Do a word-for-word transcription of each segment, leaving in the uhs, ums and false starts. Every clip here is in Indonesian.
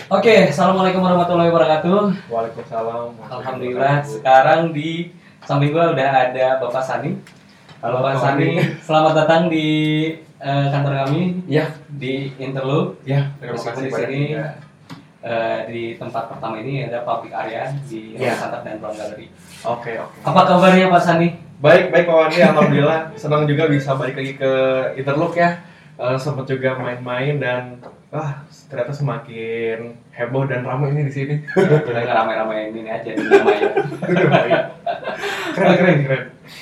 Oke, assalamualaikum warahmatullahi wabarakatuh. Waalaikumsalam. Alhamdulillah, sekarang di samping gua udah ada Bapak Sani. Halo Bapak Pak Sani, selamat datang di uh, kantor kami. Ya, di Interloop. ya. Terima Meskipun kasih di banyak sini juga. uh, di tempat pertama ini ada public area di Ya. Ruang Santak dan Ruang Galeri. Oke, oke. Apa kabarnya Pak Sani? Baik, baik Pak Wandi. Alhamdulillah. Senang juga bisa balik lagi ke Interloop ya. Uh, sempat juga main-main dan ah ternyata semakin heboh dan ramai ini di sini. Ya, kita nggak ramai-ramai ini aja di nama ya. Keren, keren, keren.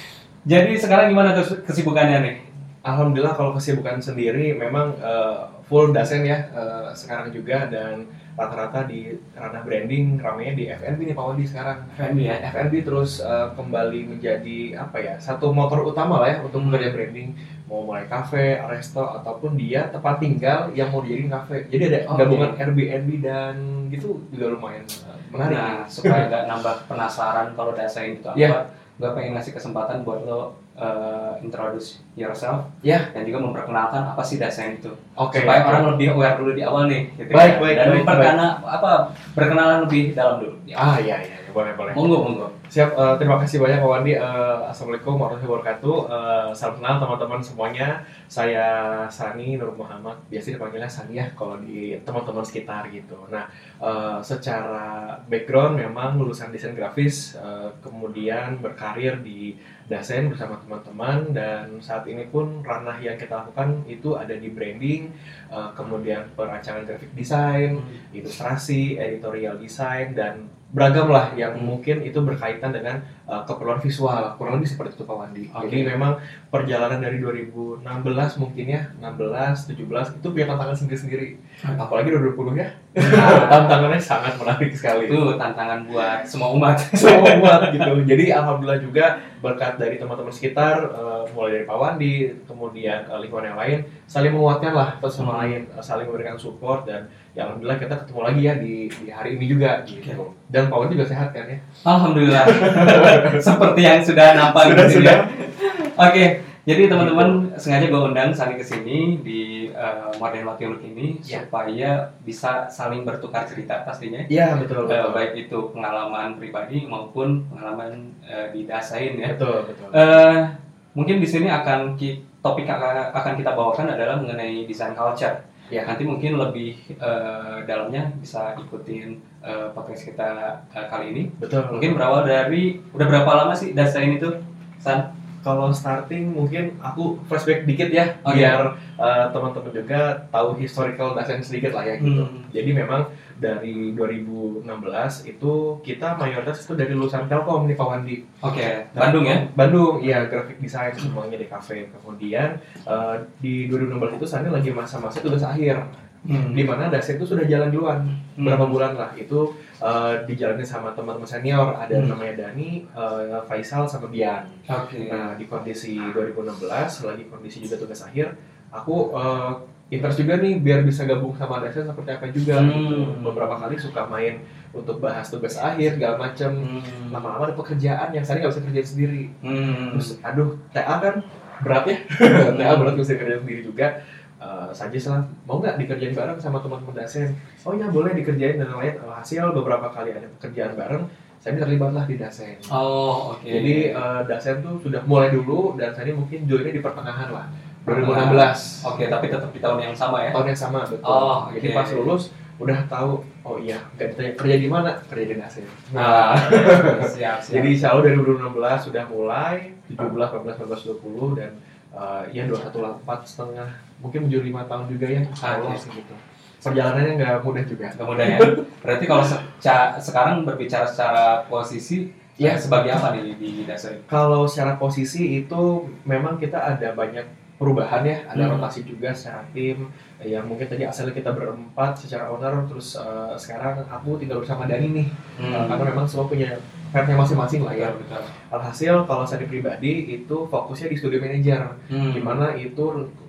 Jadi sekarang gimana kes- kesibukannya nih? Alhamdulillah kalau kesibukan sendiri memang uh, full dasen ya uh, sekarang juga, dan rata-rata di ranah branding ramainya di F and B nih Pak Wandi sekarang. F and B ya? F and B terus uh, kembali menjadi apa ya, satu motor utama lah ya untuk Hmm. bekerja branding, mau mulai kafe, resto ataupun dia tempat tinggal yang mau dijadiin kafe. Jadi ada Oke. gabungan Airbnb dan gitu juga lumayan uh, menarik. Nah, supaya nggak nambah penasaran kalau dasain itu apa, Iya. gue pengen ngasih kesempatan buat lo uh, introduce yourself Ya, dan juga memperkenalkan apa sih dasain itu, oke. supaya orang lebih aware dulu di awal nih, gitu ya. Baik, baik, dan baik, memperkena apa berkenalan lebih dalam dulu. Ya. Ah iya iya, iya. boleh boleh. Monggo monggo. Siap, uh, terima kasih banyak Pak Wandi. Uh, Assalamualaikum warahmatullahi wabarakatuh. Uh, salam kenal teman-teman semuanya. Saya Sani Nur Muhammad, biasa dipanggilnya Sani ya kalau di teman-teman sekitar gitu. Nah, uh, secara background memang lulusan desain grafis, uh, kemudian berkarir di Dasen bersama teman-teman, dan saat ini pun ranah yang kita lakukan itu ada di branding, uh, kemudian perancangan grafik desain, ilustrasi, editorial design, dan beragam lah yang Hmm. mungkin itu berkaitan dengan uh, keperluan visual, kurang lebih seperti itu Pak Wandi. Oke. Jadi memang perjalanan dari dua ribu enam belas mungkin ya, enam belas, tujuh belas itu punya tantangan sendiri-sendiri. Apalagi dua ribu dua puluh ya, Nah, tantangannya sangat menarik sekali. itu tantangan buat semua umat. Semua buat gitu. Jadi alhamdulillah juga berkat dari teman-teman sekitar, uh, mulai dari Pak Wandi, kemudian uh, lingkungan yang lain, saling menguatkan lah satu sama Hmm. lain, uh, saling memberikan support, dan ya alhamdulillah kita ketemu lagi ya di, di hari ini juga gitu. Dan Pak Wandi juga sehat kan ya? Alhamdulillah. Seperti yang sudah nampak Sudah, di sini sudah. ya. Oke, jadi teman-teman sengaja gue undang Sani ke sini di uh, Modern Waktu Look ini Ya. supaya bisa saling bertukar cerita pastinya. Iya betul Uh, betul. baik itu pengalaman pribadi maupun pengalaman uh, di dasain ya. Betul betul. Uh, mungkin di sini akan ki- topik akan akan kita bawakan adalah mengenai design culture. Ya. Nanti mungkin lebih uh, dalamnya bisa ikutin uh, podcast kita uh, kali ini. Betul. Mungkin berawal dari udah berapa lama sih dasain itu, San? Kalau starting mungkin aku flashback dikit ya, Oh, biar uh, teman-teman juga tahu historical dasen sedikit lah ya gitu. Hmm. Jadi memang dari dua ribu enam belas itu kita mayoritas itu dari lulusan Telkom nih Pak Wandi. Oke, Bandung ya? Bandung, iya, graphic design semuanya di kafe. Kemudian uh, di dua ribu enam belas itu saya lagi masa-masa tugas akhir, Hmm. di mana dasen itu sudah jalan duluan Hmm. berapa bulan lah. Itu uh, dijalani sama teman-teman senior, ada Hmm. namanya Dani, uh, Faisal, sama Bian. Oke. Nah, di kondisi dua ribu enam belas, lagi kondisi juga tugas akhir, aku uh, interest juga nih biar bisa gabung sama dasen seperti apa juga. Hmm. Gitu. Beberapa kali suka main untuk bahas tugas akhir, segala macem. Hmm. Lama-lama ada pekerjaan yang saya nggak bisa kerjain sendiri. Hmm. Terus, aduh, T A kan berat ya. T A berat, bisa kerjain sendiri juga. Uh, suggest lah, mau nggak dikerjain bareng sama teman-teman dasen? Oh ya boleh dikerjain, dan lain. Hasil beberapa kali ada pekerjaan bareng, saya terlibat lah di dasen. Oh, oke. Jadi uh, dasen tuh sudah mulai dulu, dan saya mungkin joinnya di pertengahan lah, dua ribu enam belas. Oke, tapi tetap di tahun yang sama ya? Tahun yang sama, betul. Oh, Jadi oke. pas lulus udah tahu, oh iya, nggak ditanya kerja di mana, kerja di dasen. Nah, siap, siap. Jadi insya Allah dari dua ribu enam belas sudah mulai, tujuh belas, delapan belas, sembilan belas, dua puluh, dan uh, ya dua puluh satu, empat setengah, mungkin menuju lima tahun juga ya, insya Allah Oke. sih gitu. Perjalanannya nggak mudah juga. Kemudian ya. Berarti kalau seca- sekarang berbicara secara posisi, Ya. ya sebagai apa nih di dasar? Kalau secara posisi itu memang kita ada banyak perubahan ya, ada Hmm. rotasi juga secara tim. Yang mungkin tadi asalnya kita berempat secara owner, terus uh, sekarang aku tinggal bersama Dani nih. Uh, karena memang semua punya path-nya masing-masing lah ya. Betul. Alhasil kalau saya pribadi itu fokusnya di studio manager, Hmm. dimana itu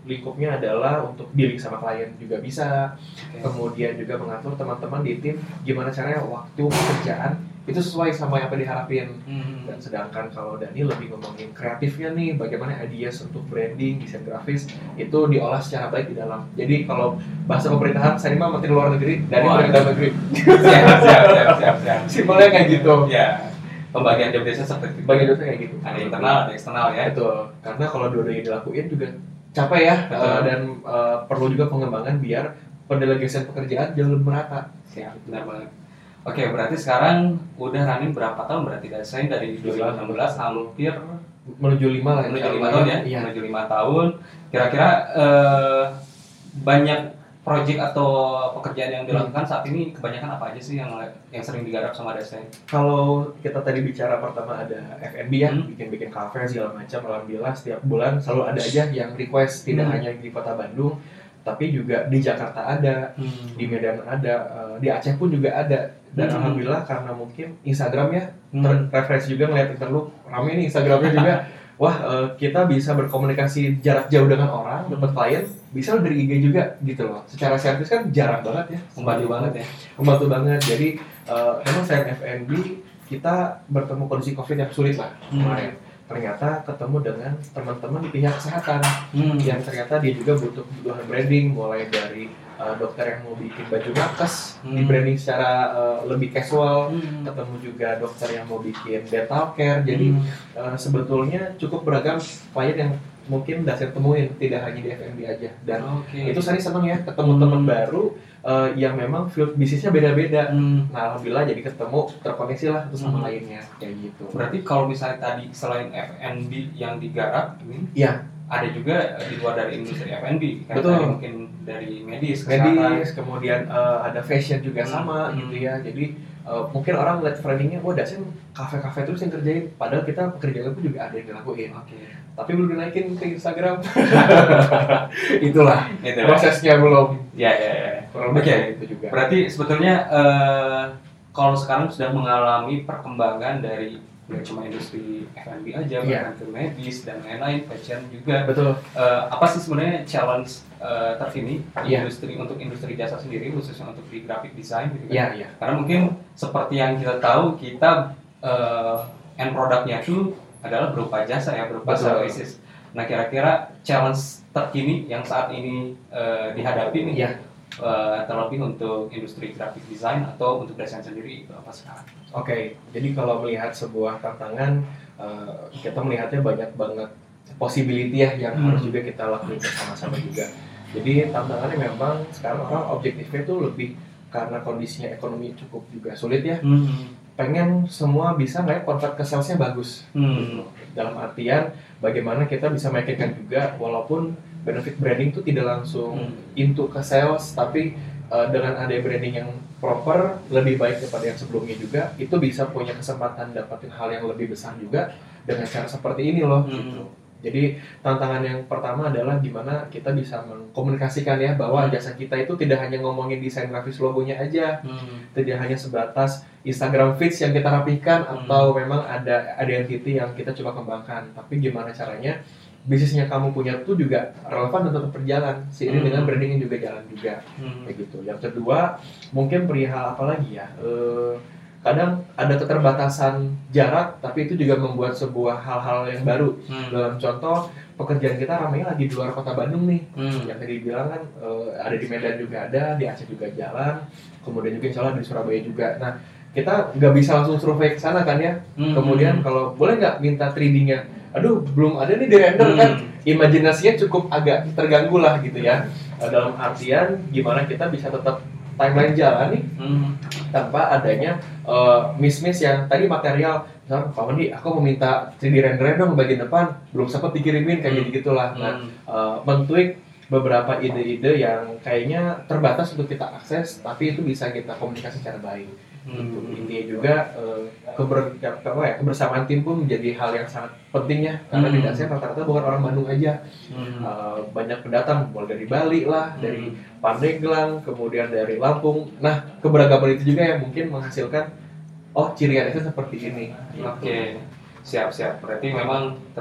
lingkupnya adalah untuk dealing sama klien juga bisa. Okay. Kemudian juga mengatur teman-teman di tim gimana caranya waktu pekerjaan itu sesuai sama yang apa diharapin. Hmm. Dan sedangkan kalau Dani lebih ngomongin kreatifnya nih, bagaimana ideas untuk branding, desain grafis itu diolah secara baik di dalam. Jadi kalau bahasa pemerintahan, saya mah menteri luar negeri, Dani Oh, menteri dalam negeri. siap, siap, siap, siap, siap. Simpelnya kayak gitu. Ya, pembagian job desk seperti itu. Bagian dosanya kayak gitu. Ada internal, ada eksternal ya. Betul. Karena kalau dua-duanya dilakuin juga capek ya, Betul. uh, dan uh, perlu juga pengembangan biar pendelegasian pekerjaan jauh lebih merata. Siap, benar banget. Oke, berarti sekarang udah running berapa tahun berarti desain dari dua ribu enam belas hampir Menuju lima lah. menuju lima tahun ya? Iya. Menuju lima tahun. Kira-kira eh, banyak project atau pekerjaan yang dilakukan saat ini kebanyakan apa aja sih yang yang sering digarap sama desain? Kalau kita tadi bicara pertama ada F and B ya, Hmm. bikin-bikin kafe segala macam. Alhamdulillah setiap bulan selalu ada aja yang request, tidak Hmm. hanya di Kota Bandung, tapi juga di Jakarta ada, Hmm. di Medan ada, uh, di Aceh pun juga ada. Dan Hmm. alhamdulillah karena mungkin Instagram ya, Hmm. terreferensi juga ngeliat interloop rame nih Instagramnya juga. Wah, uh, kita bisa berkomunikasi jarak jauh dengan orang, dapat klien, bisa dari I G juga gitu loh. Secara servis kan jarang banget ya, Membantu banget ya. membantu banget. Jadi uh, memang selain F and B kita bertemu kondisi COVID yang sulit lah Hmm. kemarin. Ternyata ketemu dengan teman-teman di pihak kesehatan Hmm. yang ternyata dia juga butuh kebutuhan branding, mulai dari uh, dokter yang mau bikin baju nakes Hmm. di branding secara uh, lebih casual, Hmm. ketemu juga dokter yang mau bikin dental care. Jadi Hmm. uh, sebetulnya cukup beragam klien yang mungkin dasar temuin, tidak hanya di F and B aja. Dan Oke. itu saya seneng ya ketemu teman Hmm. baru uh, yang memang field bisnisnya beda-beda. Hmm. Nah alhamdulillah jadi ketemu, terkoneksi lah satu sama Hmm. lainnya kayak gitu. Berarti kalau misalnya tadi selain F and B yang digarap ini Iya. ada juga di luar dari industri F and B kan? Betul. Tadi mungkin dari medis, kesehatan. Medis, kemudian uh, ada fashion juga Hmm. sama Hmm. gitu ya. Jadi uh, mungkin orang lihat framingnya, wah Dasen kafe-kafe terus yang kerjain. Padahal kita pekerjaan pun juga ada yang dilakuin. Oke. Tapi belum dinaikin ke Instagram. Itulah Gitu ya. prosesnya belum. Ya, ya, ya. Kurang Oke. lebih itu juga. Berarti sebetulnya eh, kalau sekarang sudah mengalami perkembangan dari nggak cuma industri F and B aja, Iya. bahkan ke medis dan lain-lain, fashion juga. Betul. Eh, apa sih sebenarnya challenge eh, terkini di Iya. industri untuk industri jasa sendiri, khususnya untuk di graphic design gitu kan? Iya, iya. Karena mungkin seperti yang kita tahu, kita eh, end produknya itu adalah berupa jasa ya, berupa Betul. services. Nah, kira-kira challenge terkini yang saat ini eh, dihadapi nih, Iya. eh, terlebih untuk industri graphic design atau untuk desain sendiri itu apa sekarang? Oke, jadi kalau melihat sebuah tantangan, uh, kita melihatnya banyak banget possibility ya yang Hmm. harus juga kita lakukan bersama-sama juga. Jadi tantangannya memang sekarang orang objektifnya tuh lebih karena kondisinya ekonomi cukup juga sulit ya. Hmm. Pengen semua bisa nggak ya convert ke salesnya bagus. Hmm. Dalam artian bagaimana kita bisa meyakinkan juga walaupun benefit branding tuh tidak langsung Hmm. into ke sales, tapi uh, dengan ada branding yang proper lebih baik daripada yang sebelumnya juga, itu bisa punya kesempatan dapatin hal yang lebih besar juga dengan cara seperti ini loh. Hmm. Gitu. Jadi tantangan yang pertama adalah gimana kita bisa mengkomunikasikan ya bahwa jasa kita itu tidak hanya ngomongin desain grafis logonya aja, Hmm. tidak hanya sebatas Instagram feeds yang kita rapihkan Hmm. atau memang ada identity yang kita coba kembangkan, tapi gimana caranya bisnisnya kamu punya tuh juga relevan dan tetap berjalan seiring Hmm. dengan branding yang juga jalan juga. Hmm. Kayak gitu. Yang kedua, mungkin perihal apa lagi ya? Eh, kadang ada keterbatasan jarak, tapi itu juga membuat sebuah hal-hal yang baru. Hmm. Dalam contoh, pekerjaan kita ramainya lagi di luar kota Bandung nih. Hmm. Yang tadi bilang kan eh, ada di Medan juga ada, di Aceh juga jalan, kemudian juga insya Allah di Surabaya juga. Nah, kita nggak bisa langsung survei ke sana kan ya. Hmm. Kemudian kalau boleh nggak minta tiga D-nya? Aduh, belum ada nih di render kan. Hmm. Imajinasinya cukup agak terganggu lah gitu ya. Eh, dalam artian gimana kita bisa tetap timeline jalan nih Hmm. tanpa adanya uh, miss-miss yang tadi material. Misalnya, Pak Wandi, aku mau minta tiga D render dong bagian depan, belum sempat dikirimin kayak Hmm. gitu-gitulah. Nah, Hmm. uh, men-tweak beberapa ide-ide yang kayaknya terbatas untuk kita akses, tapi itu bisa kita komunikasi secara baik. Hmm. Gitu. Intinya juga uh, keber, ya, apa ya, kebersamaan tim pun menjadi hal yang sangat penting ya, karena Hmm. di Dasen rata-rata bukan orang Bandung aja. Hmm. Uh, banyak pendatang mulai dari Bali lah, Hmm. dari Pandeglang, kemudian dari Lampung. Nah, keberagaman itu juga yang mungkin menghasilkan oh ciri khasnya seperti ini. Oke, siap-siap. Berarti memang tetap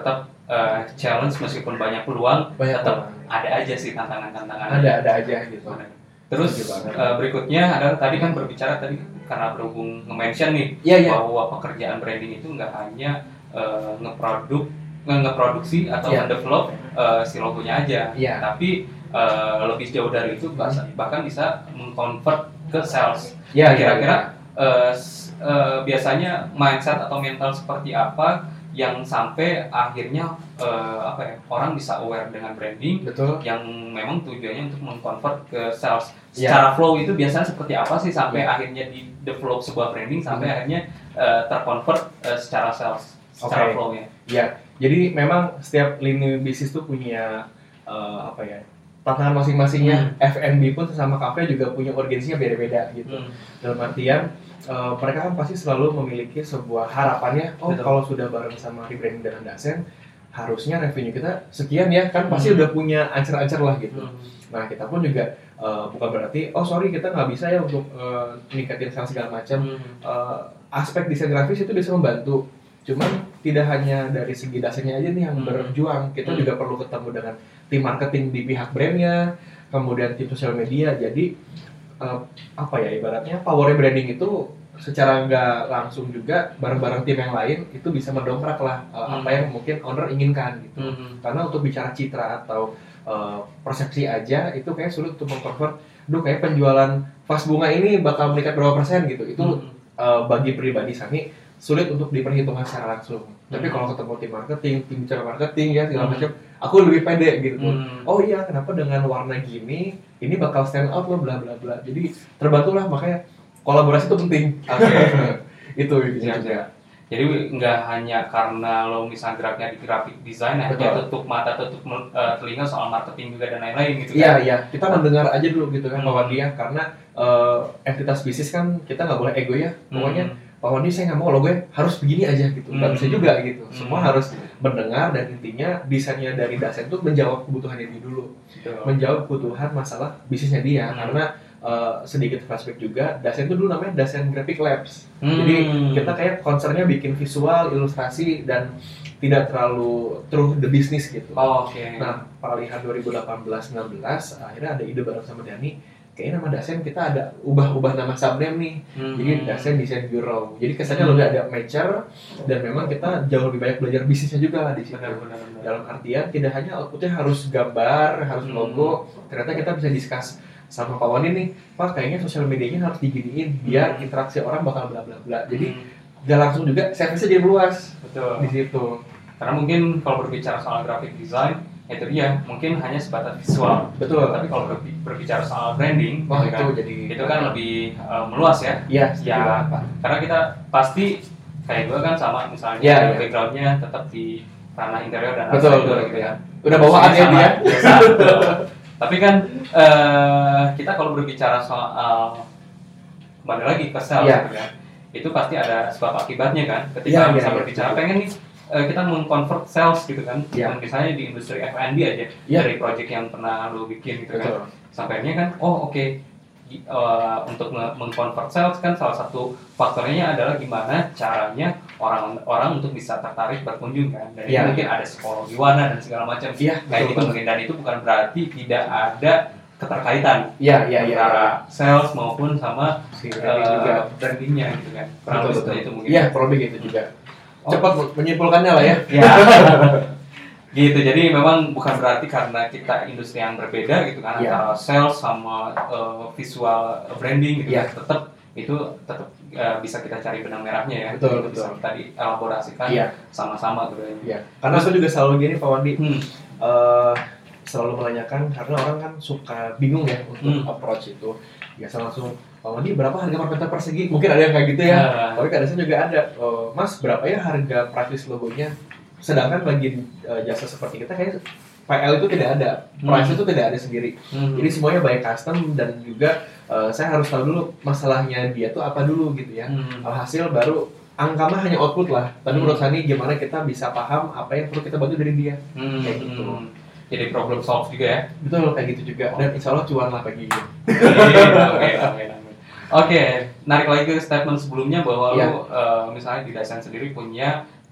uh, challenge meskipun banyak peluang, Banyak tetap peluang. ada aja sih tantangan-tantangan. Ada ada aja gitu. Terus Setuju banget. uh, berikutnya adalah tadi kan berbicara tadi karena berhubung nge-mention nih Iya, iya. bahwa pekerjaan branding itu nggak hanya uh, ngeproduk nge- ngeproduksi atau Iya. mendevelop uh, si logonya aja, Iya. tapi uh, lebih jauh dari itu bahasa- bahkan bisa mengconvert ke sales. Iya, Kira-kira uh, s- uh, biasanya mindset atau mental seperti apa yang sampai akhirnya uh, apa ya orang bisa aware dengan branding Betul. yang memang tujuannya untuk mengconvert ke sales. Iya. Secara flow itu biasanya seperti apa sih sampai Iya. akhirnya di develop sebuah branding sampai Hmm. akhirnya uh, terconvert uh, secara sales, secara Oke. flow-nya. Ya, jadi memang setiap lini bisnis tuh punya uh, apa ya tantangan masing-masingnya. F and B pun sesama kafe juga punya urgensinya beda-beda gitu. Hmm. Dalam artian uh, mereka kan pasti selalu memiliki sebuah harapannya. Oh, Betul. kalau sudah bareng sama rebranding dengan Dasen, harusnya revenue kita sekian ya. Kan pasti Hmm. udah punya ancer-ancer lah gitu. Hmm. Nah, kita pun juga uh, bukan berarti oh sorry kita nggak bisa ya untuk uh, ningkatin sales segala macam. Hmm. Uh, aspek desain grafis itu bisa membantu. Cuman tidak hanya dari segi dasarnya aja nih yang Hmm. berjuang, kita Hmm. juga perlu ketemu dengan tim marketing di pihak brandnya, kemudian tim sosial media. Jadi uh, apa ya ibaratnya power branding itu secara nggak langsung juga bareng-bareng tim yang lain itu bisa mendongkrak lah uh, Hmm. apa yang mungkin owner inginkan gitu. Hmm. Karena untuk bicara citra atau uh, persepsi aja itu kayak sulit untuk mengconvert. Duh kayak penjualan vas bunga ini bakal meningkat berapa persen gitu. Itu Hmm. uh, bagi pribadi Sani sulit untuk diperhitungkan secara langsung. Tapi Hmm. kalau ketemu tim marketing, tim bicara marketing ya segala Hmm. macam, aku lebih pede gitu. Hmm. Oh iya, kenapa dengan warna gini ini bakal stand out loh bla bla bla. Jadi terbantulah makanya kolaborasi itu penting. Oke. Itu intinya Siap, juga. siap. Jadi nggak hanya karena lo misalnya geraknya di graphic design ya, Betul. ya tutup mata, tutup mel- eh, telinga soal marketing juga dan lain-lain gitu Iya kan. iya, kita mendengar aja dulu gitu kan Hmm. Pak Wandi ya, karena uh, entitas bisnis kan kita nggak boleh ego ya. Pokoknya Hmm. Pak Wandi saya nggak mau logo harus begini aja gitu, nggak Hmm. bisa juga gitu. Semua Hmm. harus mendengar dan intinya desainnya dari Dasen itu menjawab kebutuhan ini dulu, Gitu. menjawab kebutuhan masalah bisnisnya dia. Hmm. Karena uh, sedikit flashback juga, Dasen itu dulu namanya Dasen Graphic Labs. Hmm. Jadi kita kayak concernnya bikin visual, ilustrasi dan tidak terlalu through the business gitu. Oh, oke. Nah, peralihan dua ribu delapan belas sembilan belas akhirnya ada ide bareng sama Dani, kayaknya nama Dasen kita ada ubah-ubah nama subname nih. Hmm. Jadi Dasen Design Bureau. Jadi kesannya lebih ada matcher dan memang kita jauh lebih banyak belajar bisnisnya juga di situ. Benar, benar, benar. Dalam artian tidak hanya outputnya harus gambar, harus Hmm. logo, ternyata kita bisa discuss sama Pak Wani nih, Pak kayaknya sosial medianya harus diginiin biar Hmm. interaksi orang bakal bla bla bla. Jadi Hmm. gak langsung juga service-nya jadi meluas Betul. di situ. Karena mungkin kalau berbicara soal graphic design, itu dia mungkin hanya sebatas visual. Betul. Tapi kalau berbi- berbicara soal branding, Wah gitu itu kan, jadi itu kan lebih uh, meluas ya. Iya, setuju Ya, banget, Pak. karena kita pasti kayak gue kan sama misalnya Iya, iya. backgroundnya tetap di ranah interior dan Betul, arsitektur betul. gitu ya. Udah bawaan ya Sama, dia. biasa, betul. Tapi kan eh, kita kalau berbicara soal kembali lagi ke sales Iya. gitu kan, itu pasti ada sebab akibatnya kan. Ketika Iya, iya, bisa iya. berbicara pengen nih eh, kita mengconvert sales gitu kan, Iya. misalnya di industri F and B aja Iya. dari project yang pernah lo bikin gitu kan. Betul. Sampainya kan, oh oke, Di- eh, untuk nge- mengconvert sales kan salah satu faktornya adalah gimana caranya orang-orang untuk bisa tertarik berkunjung kan. Dan Iya. itu mungkin ada psikologi warna dan segala macam. Iya, Kayak betul, di betul. Bang dan itu bukan berarti tidak ada keterkaitan Iya, iya, iya. antara sales maupun sama Si eh, branding juga. brandingnya gitu kan. Kurang Betul, lebih betul. seperti itu mungkin. Iya, kurang lebih gitu juga. Oh. Cepat menyimpulkannya lah ya. Ya. Gitu. Jadi memang bukan berarti karena kita industri yang berbeda gitu kan, Iya. antara sales sama uh, visual branding gitu Iya. kan, tetap itu tetap uh, bisa kita cari benang merahnya ya. Betul, Itu bisa betul. kita elaborasikan Iya. sama-sama gitu ya. Iya. Karena aku juga selalu gini Pak Wandi, Hmm. eh, selalu menanyakan karena orang kan suka bingung ya untuk Hmm. approach itu. Biasa langsung Pak Wandi berapa harga per meter persegi? Mungkin ada yang kayak gitu ya. Nah. Tapi kadang juga ada, eh, Mas berapa ya harga price logonya? Sedangkan bagi eh, jasa seperti kita kayak P L itu tidak ada, price Hmm. itu tidak ada sendiri. Hmm. Jadi semuanya by custom dan juga eh, saya harus tahu dulu masalahnya dia tuh apa dulu gitu ya. Hmm. Alhasil baru angka mah hanya output lah. Tapi Hmm. menurut Sani gimana kita bisa paham apa yang perlu kita bantu dari dia. Hmm. Kayak gitu. Jadi problem solve juga ya. Betul kayak gitu juga. Dan insya Allah cuan lah pagi ini. Oke, oke, oke. Oke, narik lagi ke statement sebelumnya bahwa Iya. lu uh, misalnya di Dasen sendiri punya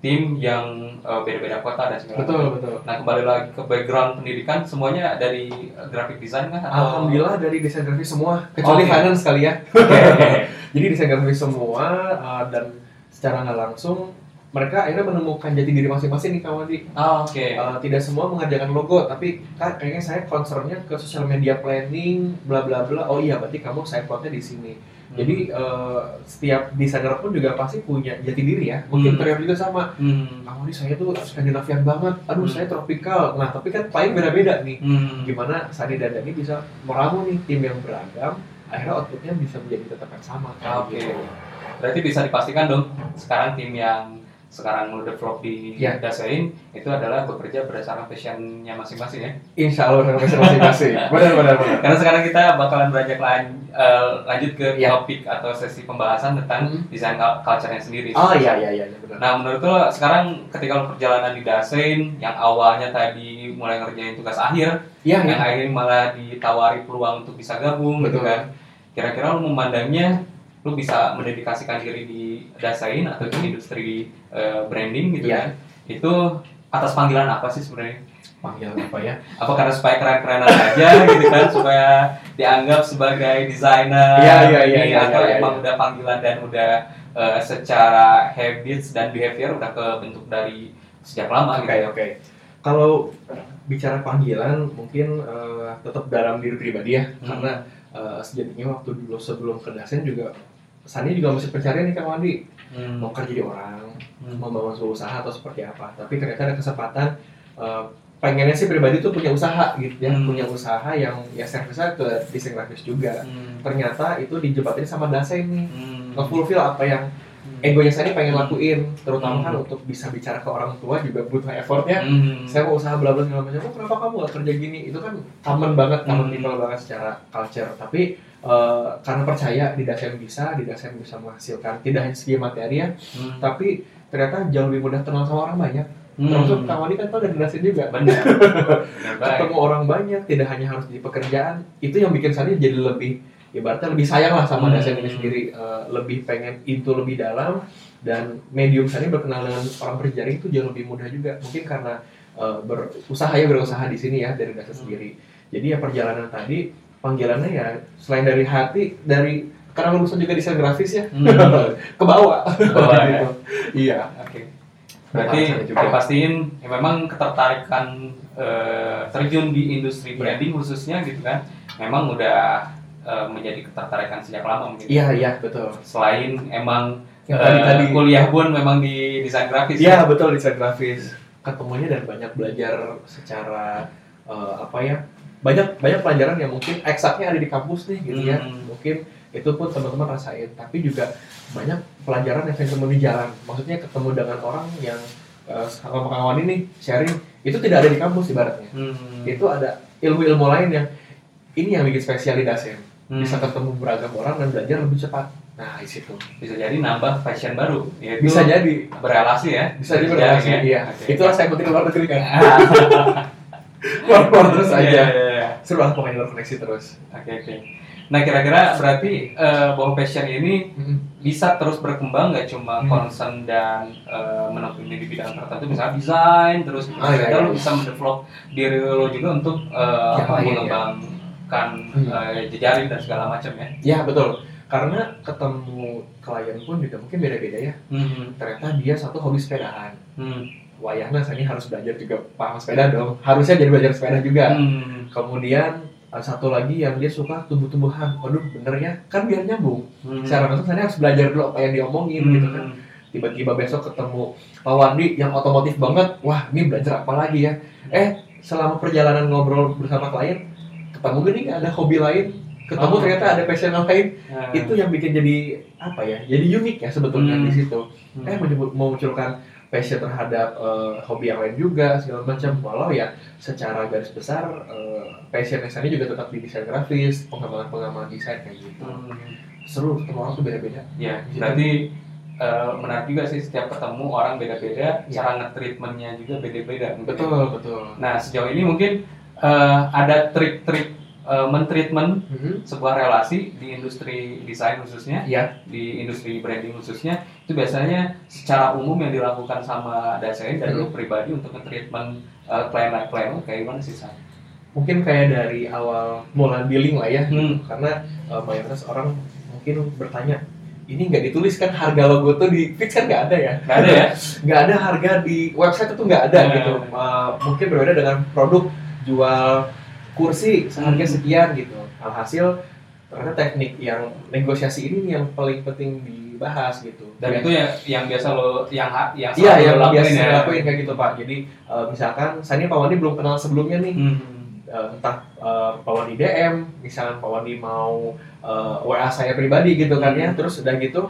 tim yang uh, beda-beda kota dan segala Betul, macam. betul. Nah kembali lagi ke background pendidikan, semuanya dari uh, graphic design kah? Atau... Alhamdulillah dari desain grafis semua, kecuali Okay. finance kali ya. Okay. Jadi desain grafis semua uh, dan secara nggak langsung mereka akhirnya menemukan jati diri masing-masing nih Kak Wandi. Oh, Oke. Okay. Uh, tidak semua mengerjakan logo, tapi kan kayaknya saya concernnya ke social media planning, bla bla bla. Oh iya, berarti kamu side plotnya di sini. Hmm. Jadi uh, setiap desainer pun juga pasti punya jati diri ya. Mungkin Hmm. Prior juga sama. Hmm. Kamu nih saya tuh Skandinavian banget. Aduh, Hmm. saya tropikal. Nah, tapi kan klien beda-beda nih. Hmm. Gimana Sani dan Dani bisa meramu nih tim yang beragam, akhirnya outputnya bisa menjadi tetap yang sama. Oke. Gitu. Berarti bisa dipastikan dong sekarang tim yang sekarang develop di Ya. Dasein itu adalah bekerja berdasarkan passionnya masing-masing ya. Insya Allah dengan passion masing-masing. Benar-benar. Karena sekarang kita bakalan beranjak lan, uh, lanjut ke Ya. topik atau sesi pembahasan tentang Hmm. desain culture-nya sendiri. Oh iya iya iya benar. Nah menurut lo sekarang ketika lo perjalanan di Dasein yang awalnya tadi mulai ngerjain tugas akhir, Iya yang iya. akhirnya malah ditawari peluang untuk bisa gabung gitu Betul. kan. Kira-kira lo memandangnya lo bisa mendedikasikan diri di Dasein atau di industri uh, branding gitu Iya. kan. Itu atas panggilan apa sih sebenarnya? Panggilan apa ya? Apa karena supaya keren-kerenan aja gitu kan, supaya dianggap sebagai desainer Iya, iya, iya, ini, iya, atau iya, emang iya. udah panggilan dan udah uh, secara habits dan behavior udah kebentuk dari sejak lama Oke gitu. oke. Kalau bicara panggilan mungkin uh, tetap dalam diri pribadi ya, Hmm. karena uh, sejatinya waktu dulu sebelum ke Dasein juga Sani juga masih pencarian nih Kak Wandi, Hmm. mau kerja di orang, Hmm. membangun sebuah usaha atau seperti apa. Tapi ternyata ada kesempatan uh, pengennya sih pribadi tuh punya usaha gitu ya, Hmm. punya usaha yang ya servisnya ke desain grafis juga. Hmm. Ternyata itu dijebatin sama Dasein nih, Hmm. nge-fulfill apa yang egonya Sani pengen lakuin, terutama kan Hmm. untuk bisa bicara ke orang tua juga butuh effortnya. Hmm. Saya mau usaha bla bla segala macam. Oh, kenapa kamu gak kerja gini? Itu kan common banget, common Hmm. people banget secara culture. Tapi uh, karena percaya di Dasein bisa, di Dasein bisa menghasilkan tidak hanya segi materi ya, Hmm. tapi ternyata jauh lebih mudah kenal sama orang banyak. Hmm. Termasuk Kak Wandi kan tau dari Dasein juga. Benar. Benar baik. Ketemu orang banyak, tidak hanya harus di pekerjaan. Itu yang bikin Sani jadi lebih, ibaratnya lebih sayang lah sama Hmm. Dasein ini sendiri. Uh, lebih pengen itu lebih dalam. Dan medium Sani berkenal dengan orang berjaring itu jauh lebih mudah juga. Mungkin karena uh, berusaha ya berusaha di sini ya dari Dasein sendiri. Jadi ya perjalanan tadi panggilannya ya selain dari hati, dari karena lulusan juga desain grafis ya, Hmm. ke bawah. Ke bawah, ya. Gitu. Iya. Oke. Berarti Saya juga. pastiin ya memang ketertarikan eh, terjun di industri branding khususnya gitu kan, memang udah eh, menjadi ketertarikan sejak lama mungkin. Iya iya betul. Selain emang Yang eh, tadi-tadi. kuliah pun memang di desain grafis. Iya betul desain grafis. Ketemunya dan banyak belajar secara eh, apa ya? Banyak banyak pelajaran yang mungkin eksaknya ada di kampus nih gitu ya. Hmm. Mungkin itu pun teman-teman rasain, tapi juga banyak pelajaran yang saya ketemu di jalan. Maksudnya ketemu dengan orang yang uh, sama kawan ini sharing, itu tidak ada di kampus ibaratnya. Hmm. Itu ada ilmu-ilmu lain yang ini yang bikin spesial di Dasein. Hmm. Bisa ketemu beragam orang dan belajar lebih cepat. Nah, di situ. Bisa jadi nambah passion baru, yaitu Bisa jadi berelasi ya. bisa jadi Berjaring berrelasi, ya. iya. Oke. Itulah saya penting luar negeri kan. Luar terus Iya, aja. iya, iya. Seru lah pokoknya luar koneksi terus. Oke oke. Nah kira-kira berarti eh, bahwa passion ini bisa terus berkembang, nggak cuma Hmm. concern dan uh, menekuni di bidang tertentu, misalnya desain terus Ah, iya, kita iya. lo bisa mendevelop diri lo juga untuk uh, Yang apa, lain, ya. mengembangkan Hmm. uh, jejaring dan segala macam ya. Ya betul. Karena ketemu klien pun juga mungkin beda-beda ya. Hmm. Ternyata dia satu hobi sepedaan. Hmm. Wayahnya saya harus belajar juga paham sepeda dong. Harusnya jadi belajar sepeda juga. Hmm. Kemudian uh, satu lagi yang dia suka tumbuh-tumbuhan. Waduh, bener ya? Kan biar nyambung. Hmm. Secara langsung saya harus belajar dulu apa yang diomongin Hmm. gitu kan. Tiba-tiba besok ketemu Pak Wandi yang otomotif banget. Wah, ini belajar apa lagi ya? Eh, selama perjalanan ngobrol bersama klien, ketemu gini nggak ada hobi lain? Ketemu Oh. ternyata ada passion lain. Nah, Itu yang bikin jadi apa ya? Jadi unik ya sebetulnya Hmm. di situ. hmm. Eh menyebut- memunculkan passion terhadap eh, hobi yang lain juga segala macam. Walau ya secara garis besar eh, passion saya juga tetap di desain grafis, pengembangan-pengembangan desain kayak gitu. Hmm. Seru ketemu orang tuh beda-beda. Ya, berarti uh, menarik juga sih, setiap ketemu orang beda-beda, Ya. cara nge-treatmentnya juga beda-beda. mungkin. Betul betul. Nah sejauh ini mungkin uh, ada trik-trik uh, mentreatment Mm-hmm. sebuah relasi di industri desain khususnya, Iya. di industri branding khususnya, itu biasanya secara umum yang dilakukan sama Dasein dan lu Hmm. pribadi untuk nge-treatment uh, klien-klien lu kayak gimana sih, San? Mungkin kayak dari awal mulai billing lah ya, Hmm. gitu. Karena uh, mayoritas orang mungkin bertanya, ini nggak ditulis kan harga logo tuh di Fix kan nggak ada ya? Nggak ada ya? Nggak ada harga di website itu nggak ada Nah. gitu. Uh, mungkin berbeda dengan produk jual kursi seharga Hmm. sekian gitu. Alhasil ternyata teknik yang negosiasi ini yang paling penting dibahas gitu. Dan Ya. itu yang yang biasa lo yang ha- yang Iya, selalu yang lo lakuin biasa ya. saya lakuin kayak gitu Pak. Jadi uh, misalkan saya ini Pak Wandi belum kenal sebelumnya nih. Hmm. Uh, entah uh, Pak Wandi D M, misalkan Pak Wandi mau uh, W A saya pribadi gitu kan ya, Hmm. terus udah gitu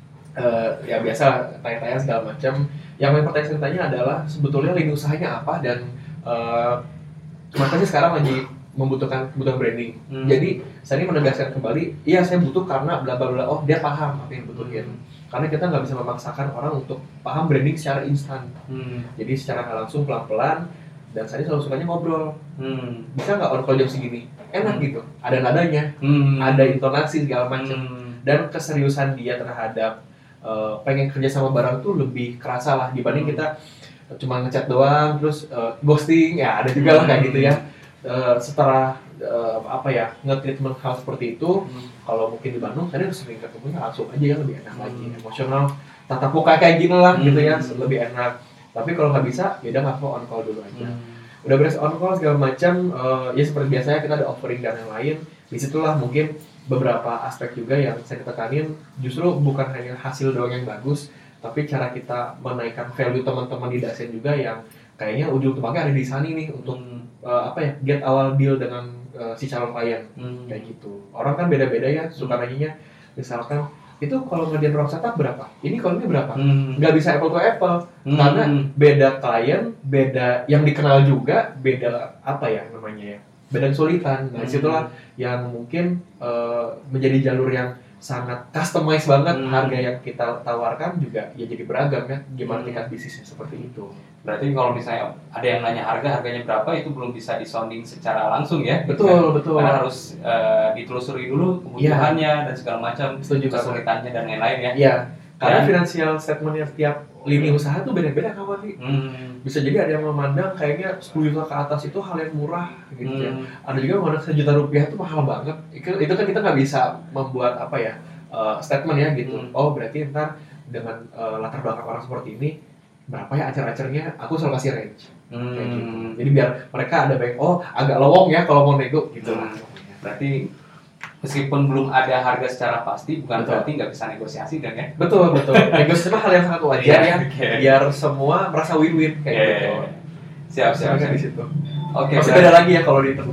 uh, ya biasa tanya-tanya segala macam. Yang paling pertanyaan saya tanya adalah sebetulnya lini usahanya apa dan uh, mereka sih sekarang lagi membutuhkan kebutuhan branding. Hmm. Jadi saya ini menegaskan kembali, iya saya butuh karena bla bla bla. Oh dia paham apa yang dibutuhin. Karena kita nggak bisa memaksakan orang untuk paham branding secara instan. Hmm. Jadi secara nggak langsung pelan-pelan. Dan saya selalu sukanya ngobrol. Hmm. Bisa nggak on call jam segini? Enak Hmm. gitu. Ada nadanya, Hmm. ada intonasi segala macam. Hmm. Dan keseriusan dia terhadap uh, pengen kerja sama barang tuh lebih kerasa lah dibanding Hmm. kita cuma ngechat doang terus uh, ghosting ya ada juga lah kayak gitu ya. Uh, setelah uh, apa ya nge-treatment hal seperti itu, Hmm. kalau mungkin di Bandung saya harus sering ketemunya langsung aja ya lebih enak lagi, Hmm. emosional tatap muka kayak gini lah Hmm. gitu ya lebih enak. Tapi kalau nggak bisa ya udah nggak mau on call dulu aja. Hmm. Udah beres on call segala macam, uh, ya seperti biasanya kita ada offering dan yang lain. Disitulah mungkin beberapa aspek juga yang saya tekanin justru bukan hanya hasil doang yang bagus, tapi cara kita menaikkan value teman-teman di Dasein juga yang kayaknya ujung tombaknya ada di sana nih untuk Hmm. uh, apa ya get awal deal dengan uh, si calon klien Hmm. kayak gitu. Orang kan beda-beda ya suka nanyanya, misalkan itu kalau ngerjain ruang setup berapa? Ini kalau ini berapa? Hmm. Nggak bisa apple to apple Hmm. karena beda klien, beda yang dikenal juga, beda apa ya namanya ya, beda kesulitan. Nah Hmm. disitulah yang mungkin uh, menjadi jalur yang sangat customize banget. Hmm. Harga yang kita tawarkan juga ya jadi beragam ya, gimana Hmm. tingkat bisnisnya seperti itu. Berarti kalau misalnya ada yang nanya harga, harganya berapa itu belum bisa disounding secara langsung ya? Betul, betul. Karena harus uh, ditelusuri dulu kebutuhannya dan segala macam, Setuju, Kak. kesulitannya dan lain-lain ya. Iya, karena Dan- financial statementnya tiap lini usaha tuh beda-beda kawan nih. Hmm. Bisa jadi ada yang memandang kayaknya sepuluh juta ke atas itu hal yang murah gitu ya. Hmm. Ada juga yang memandang sejuta rupiah itu mahal banget. Itu, itu kan kita nggak bisa membuat apa ya uh, statement ya gitu. Hmm. Oh berarti ntar dengan uh, latar belakang orang seperti ini berapa ya acar-acarnya? Aku selalu kasih range. Hmm. Kayak gitu. Jadi biar mereka ada baik. Oh agak lowong ya kalau mau nego gitu lah. Hmm. Berarti meskipun belum ada harga secara pasti, bukan Betul. berarti nggak bisa negosiasi dan ya. Betul betul. Negosiasi mah hal yang sangat wajar Iya, ya. oke. Biar semua merasa win-win kayak Iya, gitu. iya, iya. Siap, siap, Silakan siap. di situ. Oke, Masih berarti- beda lagi ya kalau ditemu.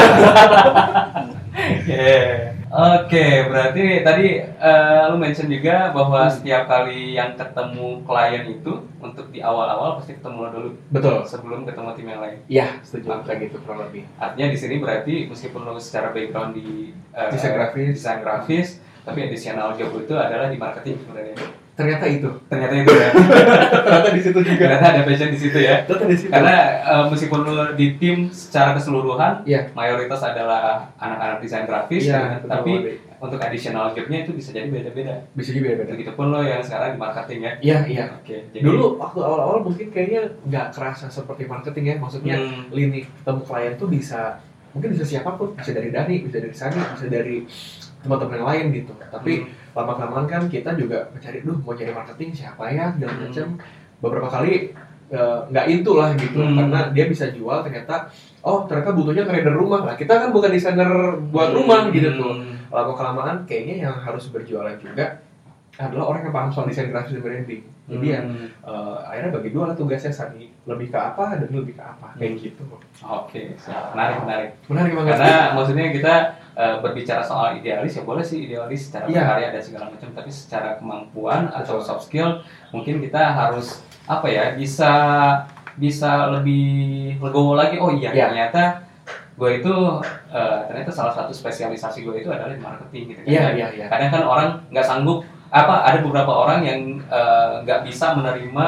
Yeah. Oke, berarti tadi eh, lu mention juga bahwa Hmm. setiap kali yang ketemu klien itu untuk di awal-awal pasti ketemu lo dulu Betul. sebelum ketemu tim yang lain. Iya, setuju Oke. kayak gitu kurang lebih. Artinya di sini berarti meskipun lo secara background di eh, Desain grafis. desain grafis, tapi additional job itu adalah di marketing sebenarnya. Ternyata itu. Ternyata itu ya. Ternyata di situ juga. Ternyata ada passion di situ ya. Ternyata di situ. Karena eh, meskipun lo di tim secara keseluruhan, Iya. mayoritas adalah anak-anak desain grafis, Iya, ya, betul, tapi Wadi. untuk additional jobnya itu bisa jadi beda-beda. Bisa juga beda. Begitupun lo yang sekarang di marketing ya. Iya, iya. Oke. Jadi, Dulu waktu awal-awal mungkin kayaknya nggak kerasa seperti marketing ya. Maksudnya Hmm. lini ketemu klien tuh bisa mungkin bisa siapapun, bisa dari Dani, bisa dari Sani, bisa dari teman-teman yang lain gitu. Tapi Hmm. lama-kelamaan kan kita juga mencari, duh mau cari marketing siapa ya, dan Hmm. macam beberapa kali eh, nggak into lah gitu, Hmm. karena dia bisa jual ternyata, oh ternyata butuhnya trader rumah lah. Kita kan bukan desainer buat Hmm. rumah gitu tuh. Lama-kelamaan kayaknya yang harus berjualan juga adalah orang yang paham soal desain grafis dan branding. Jadi yang Hmm. eh, akhirnya bagi dua lah tugasnya, Sani lebih ke apa dan lebih ke apa kayak Hmm. gitu. Oke, siap. Menarik, menarik. Menarik banget. Karena maksudnya kita eh, berbicara soal idealis ya boleh sih idealis secara Iya. berkarya dan segala macam, tapi secara kemampuan atau Betul. soft skill mungkin kita harus apa ya bisa bisa lebih legowo lagi. Oh iya, Iya. ternyata gue itu eh, ternyata salah satu spesialisasi gue itu adalah di marketing gitu kan. Iya, iya, iya. Kadang kan orang nggak sanggup apa ada beberapa orang yang eh, nggak bisa menerima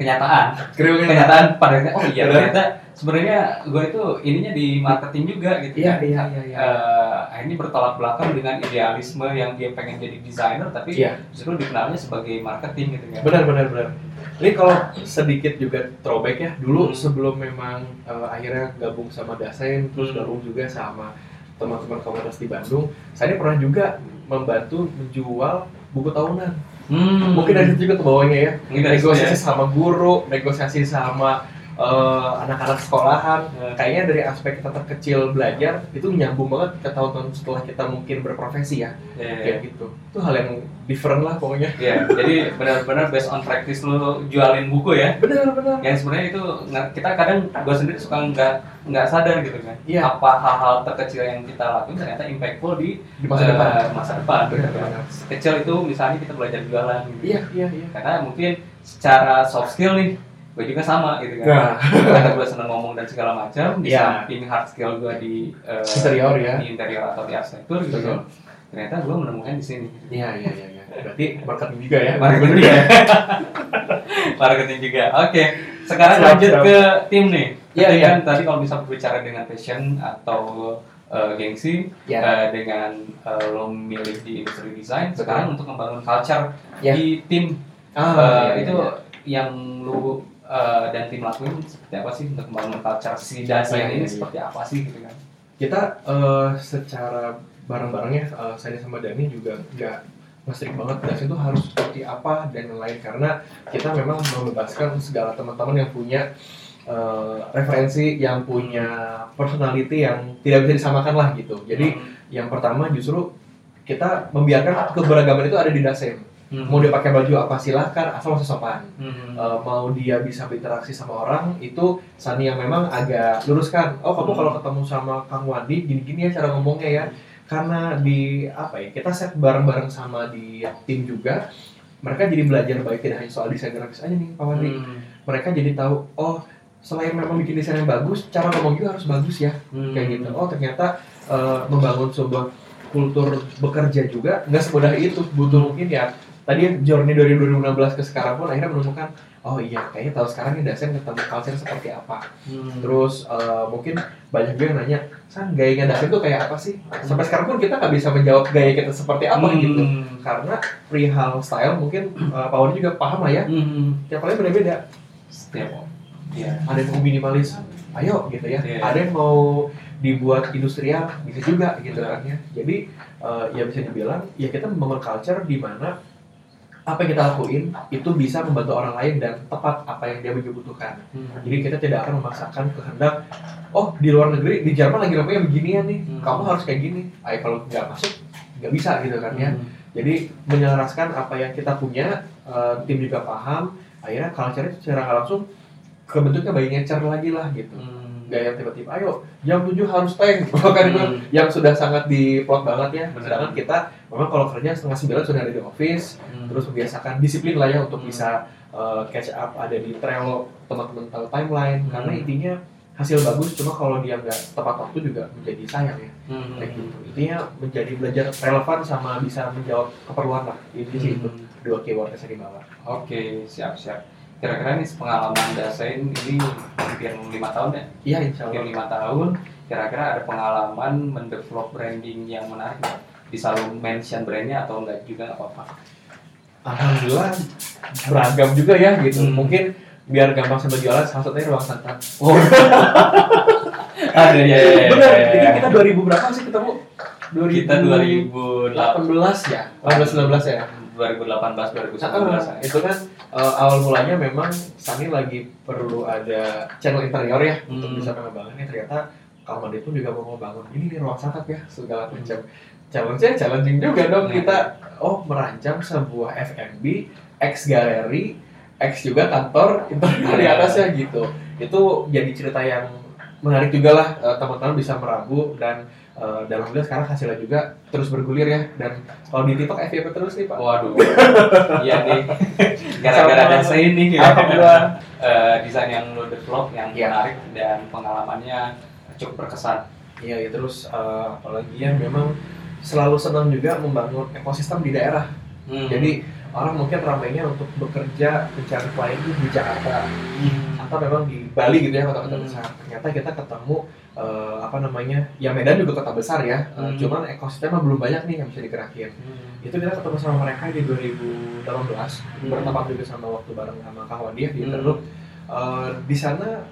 kenyataan. Kriwil Kenyataan pada oh iya ternyata sebenarnya gue itu ininya di marketing juga gitu Iya, kan. iya, iya, iya. Uh, ini bertolak belakang dengan idealisme yang dia pengen jadi desainer tapi Iya. justru dikenalnya sebagai marketing gitu kan. Benar, benar, benar. Ini kalau sedikit juga throwback ya, dulu Hmm. sebelum memang uh, akhirnya gabung sama Dasein, terus Hmm. gabung juga sama teman-teman komunitas di Bandung, saya pernah juga membantu menjual buku tahunan. Hmm. Mungkin dari situ juga ke bawahnya ya, Mungkin dari situ negosiasi ya. sama guru, negosiasi sama uh, anak-anak sekolahan. Hmm. Kayaknya dari aspek kita terkecil belajar, itu nyambung banget ke tahun-tahun setelah kita mungkin berprofesi ya, Yeah. kayak gitu. Itu hal yang different lah pokoknya. Iya, jadi benar-benar based on practice lu jualin buku ya. Benar-benar. Yang sebenarnya itu nggak- kita kadang gue sendiri suka nggak nggak sadar gitu kan. Iya. Apa hal-hal terkecil yang kita lakuin ternyata impactful di, Di masa eh, depan. masa depan. gitu kan. Benar-benar. Kecil itu misalnya kita belajar jualan. Gitu. Iya, iya, iya. Karena mungkin secara soft skill nih, gue juga sama gitu kan. Nah. Karena gue seneng ngomong dan segala macam. Di Iya. samping hard skill gue di eh, Interior ya. di interior atau di arsitektur gitu Betul. kan. Ternyata gue menemukan di sini. Iya, iya, iya, iya. Berarti marketing juga ya. Marketing juga. Marketing juga. Oke, sekarang Siap, lanjut siap. ke tim nih. Iya, Tadi iya. kan tadi kalau bisa berbicara dengan passion atau uh, gengsi Iya. uh, dengan uh, lo milih di industri desain. Sekarang untuk membangun culture Iya. di tim Ah, uh, iya, itu iya. yang lu uh, dan tim lakuin seperti apa sih untuk membangun culture si desain Iya, ini iya, iya. seperti apa sih gitu kan? Kita eh, secara bareng-barengnya, eh, saya sama Dani juga nggak nge-strict banget desain itu harus seperti apa dan yang lain, karena kita memang membebaskan segala teman-teman yang punya eh, referensi, yang punya personality yang tidak bisa disamakan lah gitu. Jadi Hmm. yang pertama justru kita membiarkan keberagaman itu ada di desain. Hmm. Mau dia pakai baju apa silahkan, asal masih sopan. Hmm. Uh, mau dia bisa berinteraksi sama orang, itu Sani yang memang agak luruskan. Oh, kamu Hmm. kalau ketemu sama Kang Wandi gini-gini ya cara ngomongnya ya. Karena di apa ya, kita set bareng-bareng sama di tim juga. Mereka jadi belajar baik tidak hanya soal desain grafis aja nih Pak Wandi. Hmm. Mereka jadi tahu, oh selain memang bikin desain yang bagus, cara ngomong juga harus bagus ya. Hmm. Kayak gitu. Oh ternyata uh, membangun sebuah kultur bekerja juga nggak semudah itu. Butuh mungkin ya tadi journey dari dua ribu enam belas ke sekarang pun akhirnya menemukan, oh iya kayaknya tahu sekarang nih desain ketemu culture seperti apa. Hmm. Terus uh, mungkin banyak juga yang nanya, San gayanya desain tuh kayak apa sih? Sampai sekarang pun kita nggak bisa menjawab gaya kita seperti apa Hmm. gitu. Karena perihal style mungkin uh, Pak Wandi juga paham lah ya. Hmm. Tiap kali beda-beda. Setiap ya. Ada yang mau minimalis, ayo gitu ya. Iya. Ada yang mau dibuat industrial, bisa juga gitu kan ya. Jadi uh, ya bisa dibilang ya kita membangun culture di mana apa yang kita lakuin itu bisa membantu orang lain dan tepat apa yang dia butuhkan. Hmm. Jadi kita tidak akan memaksakan kehendak, oh di luar negeri, di Jerman lagi ramai beginian nih, Hmm. kamu harus kayak gini. Ayo kalau nggak masuk, nggak bisa gitu kan ya. Hmm. Jadi menyelaraskan apa yang kita punya, uh, tim juga paham, akhirnya culture-nya secara nggak langsung kebentuknya by nature lagi lah gitu. Hmm. Gak yang tiba-tiba, ayo jam tujuh harus tank, kan itu Hmm. yang sudah sangat diplot banget ya. Benar. Sedangkan kita memang kalau kerja setengah sembilan sudah ada di office, Hmm. terus membiasakan disiplin lah ya untuk Hmm. bisa uh, catch up, ada di Trello, teman-teman tahu timeline, Hmm. karena intinya hasil bagus, cuma kalau dia nggak tepat waktu juga menjadi sayang ya. Hmm. Kayak gitu. Intinya menjadi belajar relevan sama bisa menjawab keperluan lah. Ini sih itu Hmm. dua keyword yang saya dibawa. Oke, siap-siap. Kira-kira nih pengalaman desain ini hampir lima tahun ya? Iya insya Hampir Allah. lima tahun. Kira-kira ada pengalaman mendevelop branding yang menarik nggak? Bisa lu mention brandnya atau enggak juga nggak apa-apa. Alhamdulillah beragam juga ya gitu. Hmm. Mungkin biar gampang sama jualan, salah satunya ruang santan. Oh. Ada ya. Benar. Jadi kita dua ribu berapa sih ketemu? Kita dua ribu delapan belas ya, delapan belas sembilan belas ya. dua ribu delapan belas dua ribu sembilan belas Ah, itu kan uh, awal mulanya memang Sani lagi perlu ada channel interior ya untuk Hmm. bisa pengembangannya. Ternyata Kang Mandi pun juga mau membangun ini nih ruang santak ya segala macam. Challenge-nya challenging juga dong Hmm. kita. Oh merancang sebuah F and B, X galeri, X juga kantor interior di atasnya gitu. Itu jadi cerita yang menarik juga lah, uh, teman-teman bisa merabu dan uh, dan alhamdulillah sekarang hasilnya juga terus bergulir ya. Dan kalau di TikTok F Y P terus nih Pak. Waduh. Iya nih. Gara-gara Sama- desain ini ya. Alhamdulillah. Eh, desain yang lo develop yang Iya. menarik dan pengalamannya cukup berkesan. Iya, ya, terus uh, apalagi ya memang selalu senang juga membangun ekosistem di daerah. Hmm. Jadi orang mungkin ramainya untuk bekerja mencari klien itu di Jakarta Hmm. atau memang di Bali gitu ya, kota-kota Hmm. besar. Ternyata kita ketemu uh, apa namanya, ya Medan juga kota besar ya, uh, Hmm. cuman ekosistemnya belum banyak nih yang bisa digerakin. Hmm. Itu kita ketemu sama mereka di dua ribu delapan belas, Hmm. bertepatan juga sama waktu bareng sama Kak Wandi di Hmm. Interloop. Uh, di sana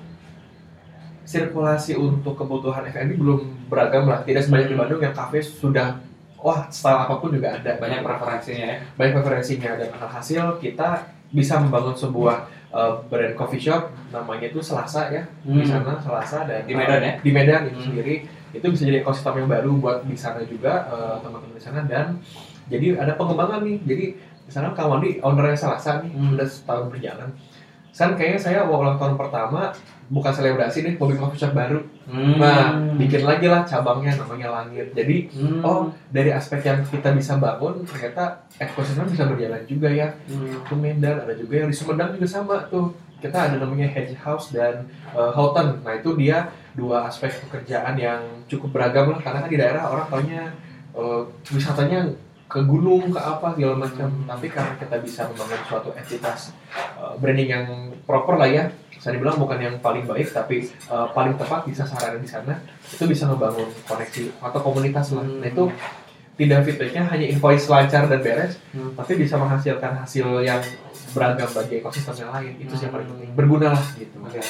sirkulasi untuk kebutuhan F and B belum beragam lah, tidak sebanyak di Hmm. Bandung yang kafe sudah wah style apapun juga ada, Banyak preferensinya ya. banyak preferensinya, dan alhasil kita bisa membangun sebuah uh, brand coffee shop namanya itu Selasa ya, di Hmm. sana Selasa, dan Di Medan ya? di Medan itu Hmm. sendiri itu bisa jadi ekosistem yang baru buat di sana juga, uh, teman-teman di sana, dan jadi ada pengembangan nih. Jadi di sana Kak Wandi ownernya Selasa nih, Hmm. udah setahun berjalan. Kan kayaknya saya ulang tahun pertama bukan selebrasi nih, mau bikin coffee shop baru. Hmm. Nah, bikin lagi lah cabangnya namanya Langit. Jadi, Hmm. oh dari aspek yang kita bisa bangun, ternyata ekosistem bisa berjalan juga ya. Hmm. Ke Medan, ada juga yang di Sumedang juga sama tuh. Kita ada namanya Hedge House dan uh, Houghton. Nah itu dia dua aspek pekerjaan yang cukup beragam lah. Karena kan di daerah orang taunya uh, wisatanya ke gunung, ke apa, segala macam. Tapi karena kita bisa membangun suatu entitas uh, branding yang proper lah ya, saya dibilang bukan yang paling baik, tapi uh, paling tepat di sasaran di sana, itu bisa membangun koneksi atau komunitas lah. Nah itu tidak feedbacknya hanya invoice lancar dan beres, Hmm. tapi bisa menghasilkan hasil yang beragam bagi ekosistem yang lain. Itu sih yang paling penting, berguna lah gitu. Oke.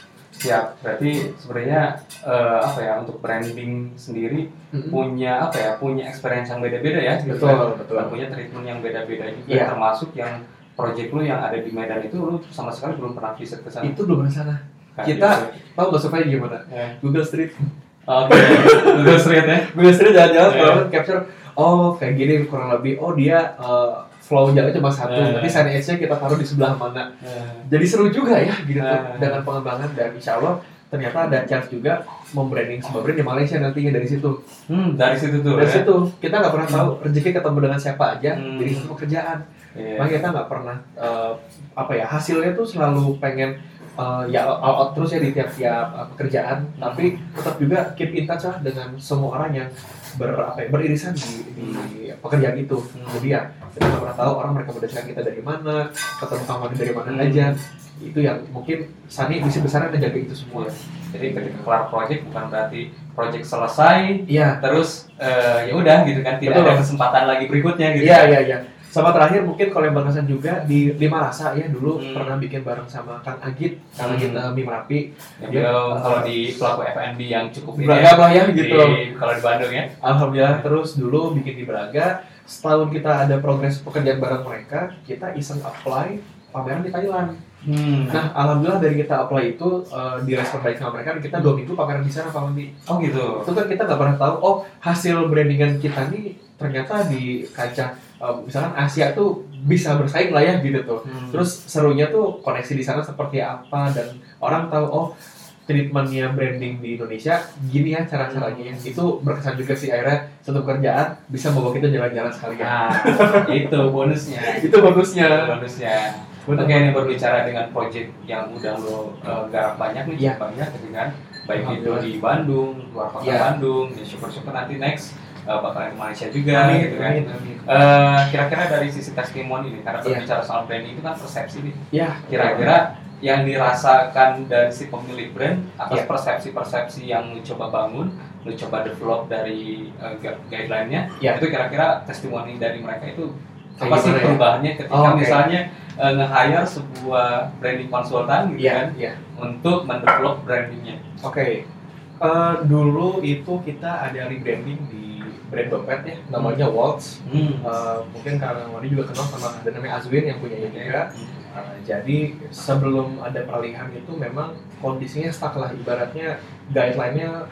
Siap. Berarti sebenarnya eh, apa ya, untuk branding sendiri Mm-mm. punya apa ya, punya experience yang beda-beda ya. gitu Betul, kan. betul. Dan punya treatment yang beda-beda juga, Iya. termasuk yang project lu yang ada di Medan itu lu sama sekali belum pernah visit ke sana. Itu belum ke sana. Kan, Kita gitu. tahu nggak supaya gimana? Ya. Google Street. Oke. Google Street ya. Google Street jalan-jalan, Iya. kalau capture, oh kayak gini kurang lebih, oh dia uh, flow jalan cuma satu, Iya. nanti signage-nya kita taruh di sebelah mana. Eh, Jadi seru juga ya gitu Iya. dengan pengembangan, dan insya Allah ternyata ada chance juga membranding sebuah brand di Malaysia nantinya dari situ. Hmm, dari situ tuh. Dari ya. situ kita nggak pernah tahu rezeki ketemu dengan siapa aja, Hmm. jadi satu pekerjaan. Iya. Makanya kita nggak pernah uh, apa ya, hasilnya tuh selalu pengen uh, ya all out terus ya di tiap-tiap uh, pekerjaan, Hmm. tapi tetap juga keep in touch lah dengan semua orang yang ber apa ya, beririsan di, di pekerjaan itu. Hmm. Jadi ya kita nggak pernah tahu orang merekomendasikan kita dari mana, ketemu kamu dari mana Hmm. aja. Itu yang mungkin Sani misi besarnya menjaga itu semua. Iya. Jadi ketika kelar project bukan berarti project selesai Iya, terus eh, ya udah gitu kan, tidak Betul. ada kesempatan lagi berikutnya gitu. iya, iya, iya. Sama terakhir mungkin kalau yang berkesan juga di Lima Rasa ya, dulu Hmm. pernah bikin bareng sama Kang Agit, Kang Hmm. Agit uh, Mie Merapi. Ya, Dia, beliau uh, kalau di pelaku F and B yang cukup ini beragam lah ya di- gitu. kalau di Bandung ya. Alhamdulillah, terus dulu bikin di Braga. Setahun kita ada progres pekerjaan bareng mereka, kita iseng apply pameran di Thailand. Hmm. Nah, alhamdulillah dari kita apply itu uh, direspon baik sama mereka, dan kita dua minggu pameran di sana, Pak Wandi. Oh gitu. Itu kan kita nggak pernah tahu, oh hasil brandingan kita nih ternyata di kancah uh, misalkan Asia tuh bisa bersaing lah ya gitu tuh. Hmm. Terus serunya tuh koneksi di sana seperti apa, dan orang tahu oh treatmentnya branding di Indonesia gini ya cara-caranya. Itu berkesan juga sih, akhirnya satu pekerjaan bisa bawa kita jalan-jalan sekalian. Nah, itu bonusnya. Itu bagusnya. Bonusnya. Betul. Oke, ini berbicara dengan project yang udah lo uh, garap banyak nih, Iya. cukup banyak gitu kan. Baik itu Alhamdulillah. di Bandung, luar kota Iya. Bandung, ya syukur-syukur nanti next uh, bakalan ke Malaysia juga Amin, gitu kan. amin, amin. Eh, kira-kira dari sisi testimoni ini, karena Iya. berbicara soal branding itu kan persepsi nih. Ya, Kira-kira yang dirasakan dari si pemilik brand atas Iya. persepsi-persepsi yang lu coba bangun, lu coba develop dari uh, gu- guideline-nya, Iya. itu kira-kira testimoni dari mereka itu Kayak apa sih gimana ya? perubahannya ketika Oh, oke. misalnya uh, nge-hire sebuah branding konsultan gitu Iya, kan iya. untuk mendevelop brandingnya. Oke. Eh, dulu itu kita ada rebranding di brand dompet ya, namanya Waltz. Hmm. Eh, mungkin karena Wadi juga kenal sama ada namanya Azwin yang punya ini juga. Hmm. Uh, jadi sebelum ada peralihan itu memang kondisinya stuck lah, ibaratnya guideline-nya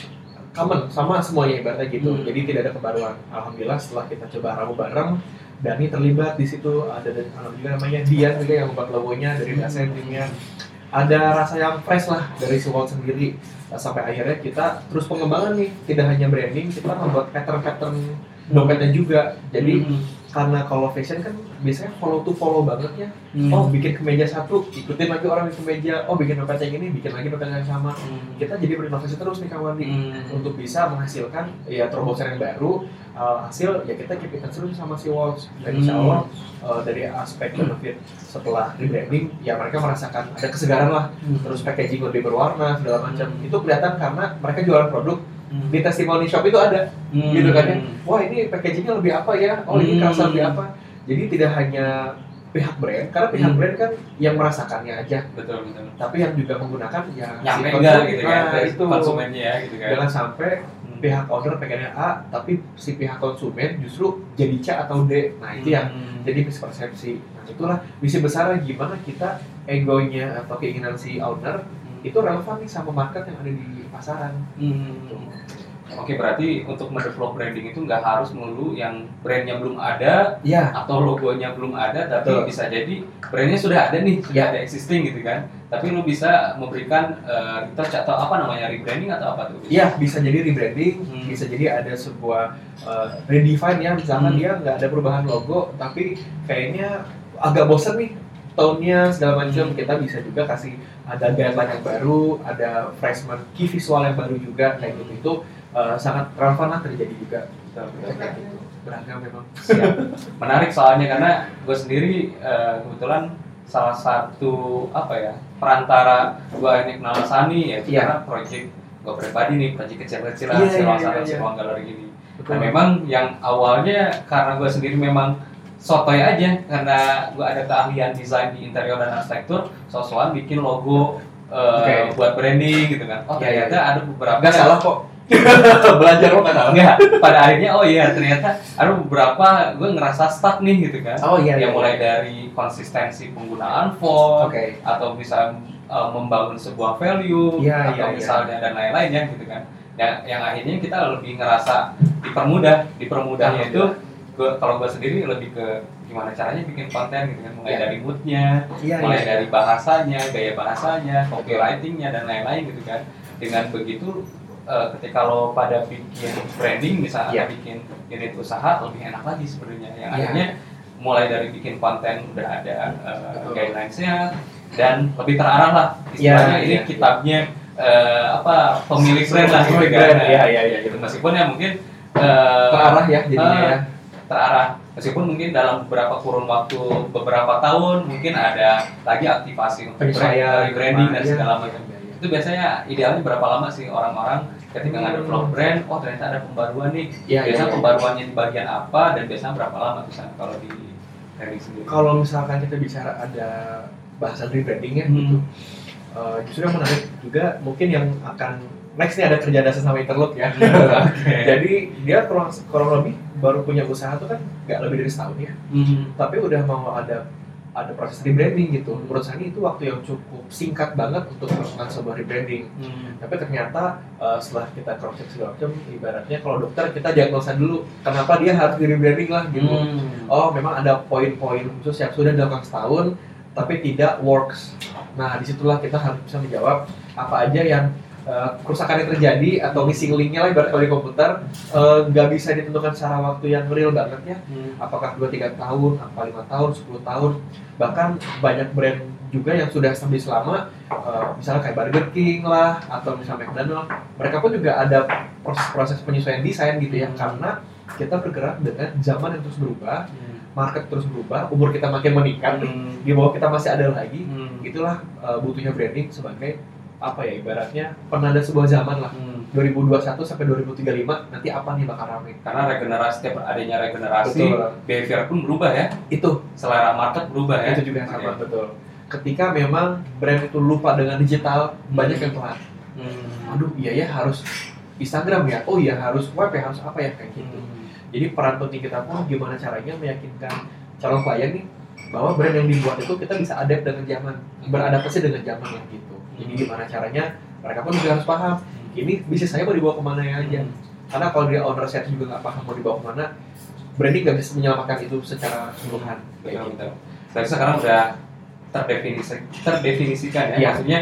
common sama semuanya ibaratnya gitu. Hmm. Jadi tidak ada kebaruan. Alhamdulillah setelah kita coba ramu bareng, Dani terlibat di situ, ada dan alhamdulillah namanya Dian juga yang membuat logonya dari desain timnya. Ada rasa yang fresh lah dari si Walt sendiri. Nah, sampai akhirnya kita terus pengembangan nih, tidak hanya branding, kita membuat pattern-pattern dompetnya juga. Jadi Hmm. karena kalau fashion kan biasanya follow to follow banget ya. Hmm. Oh bikin kemeja satu, ikutin lagi orang bikin kemeja. Oh bikin dompet yang ini, bikin lagi dompet yang sama. Hmm. Kita jadi berinovasi terus nih kawan nih hmm. untuk bisa menghasilkan ya terobosan yang baru. Uh, hasil ya kita keep it terus sama si Walls. Dan insya Allah uh, dari aspek benefit setelah rebranding ya mereka merasakan ada kesegaran lah. Hmm. Terus packaging lebih berwarna segala macam. Hmm. Itu kelihatan karena mereka jualan produk. Hmm. Di testimoni shop itu ada, hmm. gitu kan ya. Wah ini packagingnya lebih apa ya? Oh ini kerasa lebih apa? Jadi tidak hanya pihak brand, karena pihak hmm. brand kan yang merasakannya aja. Betul betul. Tapi yang juga menggunakan ya nyampe si enggak gitu kan, nah, itu konsumennya ya gitu kan. Jangan sampai hmm. pihak owner pengennya A, tapi si pihak konsumen justru jadi C atau D. Nah itu hmm. yang jadi mispersepsi. Nah itulah misi besarnya gimana kita egonya atau keinginan si owner itu relevan nih sama market yang ada di pasaran. Hmm. Oke, berarti untuk mendevelop branding itu nggak harus melulu yang brandnya belum ada ya. Atau logonya belum ada, tapi Betul. Bisa jadi brandnya sudah ada nih, sudah ya. Ada existing gitu kan. Tapi lu bisa memberikan uh, retouch atau apa namanya rebranding atau apa tuh? Iya, bisa jadi rebranding, hmm. bisa jadi ada sebuah uh, redefine ya, misalkan hmm. dia nggak ada perubahan logo, tapi kayaknya agak bosen nih tone-nya segala macam. Hmm. Kita bisa juga kasih ada guideline yang baru, ada freshman key visual yang baru juga kayak gitu. Itu uh, sangat relevan lah terjadi juga. Kayak gitu. Beragam memang. Siap. Menarik soalnya karena gue sendiri uh, kebetulan salah satu apa ya perantara gue ini kenal Sani ya, yeah. Karena project gue pribadi nih, project kecil-kecilan, yeah, Siruang yeah, yeah, yeah. Galeri gini. Nah memang yang awalnya karena gue sendiri memang sotoy aja karena gue ada keahlian desain di interior dan arsitektur, sosokan bikin logo uh, okay. buat branding gitu kan. Oh ternyata yeah, yeah. ada beberapa nggak salah kok belajar lo nggak salah. Nggak, pada akhirnya oh iya ternyata ada beberapa gue ngerasa stuck nih gitu kan. Oh iya. Yang iya, mulai iya. dari konsistensi penggunaan font, okay. atau bisa uh, membangun sebuah value, yeah, atau yeah, misalnya yeah. dan lain-lainnya gitu kan. Yang, yang akhirnya kita lebih ngerasa dipermudah, dipermudahnya yeah, itu Gua, kalau gue sendiri lebih ke gimana caranya bikin konten gitu kan, mulai yeah. dari moodnya, yeah, mulai yeah. dari bahasanya, gaya bahasanya, copywritingnya dan lain-lain gitu kan. Dengan begitu uh, ketika lo pada bikin branding misalnya yeah. bikin unit usaha lebih enak lagi sebenarnya. Yang yeah. akhirnya mulai dari bikin konten udah ada uh, guidelines-nya dan lebih terarah lah istilahnya. Yeah, ini yeah. kitabnya uh, apa pemilik brand lah gitu kan. Iya iya iya gitu. Meskipun ya mungkin uh, terarah ya jadinya uh, ya. terarah meskipun mungkin dalam beberapa kurun waktu beberapa tahun mungkin ada lagi aktivasi untuk brand, branding dan segala macam. Itu biasanya idealnya berapa lama sih orang-orang ketika ada vlog brand, oh ternyata ada pembaruan nih. Ya, biasanya ya, ya. Pembaruannya di bagian apa dan biasanya berapa lama misalnya kalau di branding sendiri? Kalau misalkan kita bicara ada bahasa rebranding ya hmm. gitu. Uh, justru yang menarik juga mungkin yang akan next nih ada kerja dasar sama Interloop ya. Okay. Jadi dia kurang kurang lebih baru punya usaha tuh kan nggak lebih dari setahun ya. Mm-hmm. Tapi udah mau ada ada proses rebranding gitu. Menurut saya itu waktu yang cukup singkat banget untuk melakukan sebuah rebranding. Mm-hmm. Tapi ternyata uh, setelah kita cross check segala macam, ibaratnya kalau dokter kita diagnosa dulu kenapa dia harus di rebranding lah gitu. Mm-hmm. Oh memang ada poin-poin khusus yang sudah dilakukan setahun tapi tidak works. Nah disitulah kita harus bisa menjawab apa aja yang Uh, kerusakan yang terjadi atau missing link-nya lah ibarat kalau di komputer nggak uh, bisa ditentukan secara waktu yang real banget ya. Hmm. Apakah dua tiga tahun, apa lima tahun, sepuluh tahun. Bahkan banyak brand juga yang sudah establish lama, uh, misalnya kayak Burger King lah atau misalnya McDonald, mereka pun juga ada proses-proses penyesuaian desain gitu ya. Hmm. Karena kita bergerak dengan zaman yang terus berubah, hmm. market terus berubah, umur kita makin meningkat, hmm. di bawah kita masih ada lagi. Hmm. Itulah uh, butuhnya branding sebagai apa ya ibaratnya penanda sebuah zaman lah. hmm. dua ribu dua puluh satu sampai dua ribu tiga puluh lima nanti apa nih bakal rame karena regenerasi, setiap adanya regenerasi betul. Behavior pun berubah ya, itu selera market berubah ya, itu juga sama okay. betul. Ketika memang brand itu lupa dengan digital hmm. banyak yang telat. hmm. Aduh iya ya harus Instagram ya, oh iya harus web ya, harus apa ya kayak gitu. hmm. Jadi peran penting kita pun gimana caranya meyakinkan calon klien nih bahwa brand yang dibuat itu kita bisa adapt dengan zaman, beradaptasi dengan zaman yang gitu. Jadi gimana caranya mereka pun juga harus paham ini bisnis saya mau dibawa kemana ya aja. Hmm. Karena kalau dia owner set juga nggak paham mau dibawa kemana, branding nggak bisa menyelamatkan itu secara keseluruhan. Betul, betul. Tapi sekarang udah terdefinisi, terdefinisikan ya, ya. Maksudnya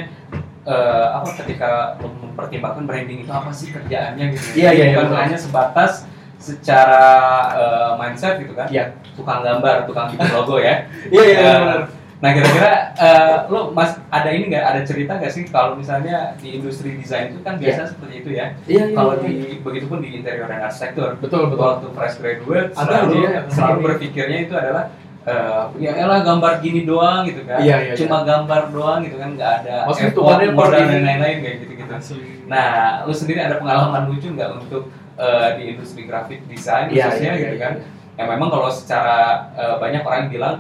uh, apa ketika mempertimbangkan branding itu apa sih kerjaannya gitu. Iya iya. Bukan hanya sebatas secara uh, mindset gitu kan, ya. Tukang gambar, tukang bikin logo ya. Iya iya uh, benar. Nah kira-kira uh, lo mas ada ini nggak, ada cerita nggak sih kalau misalnya di industri desain itu kan biasa yeah. seperti itu ya. Iya iya. Kalau ya, di begitupun di interior dan arsitektur. Betul betul. Waktu fresh graduate ada selalu, aja selalu berpikirnya itu adalah Uh, ya elah gambar gini doang gitu kan, iya, iya, cuma iya. gambar doang gitu kan, nggak ada effort, modal dan lain-lain kayak gitu-gitu. Nah, lu sendiri ada pengalaman lucu nggak untuk uh, di industri grafik desain iya, khususnya iya, gitu iya, kan? Iya. Yang memang kalau secara uh, banyak orang bilang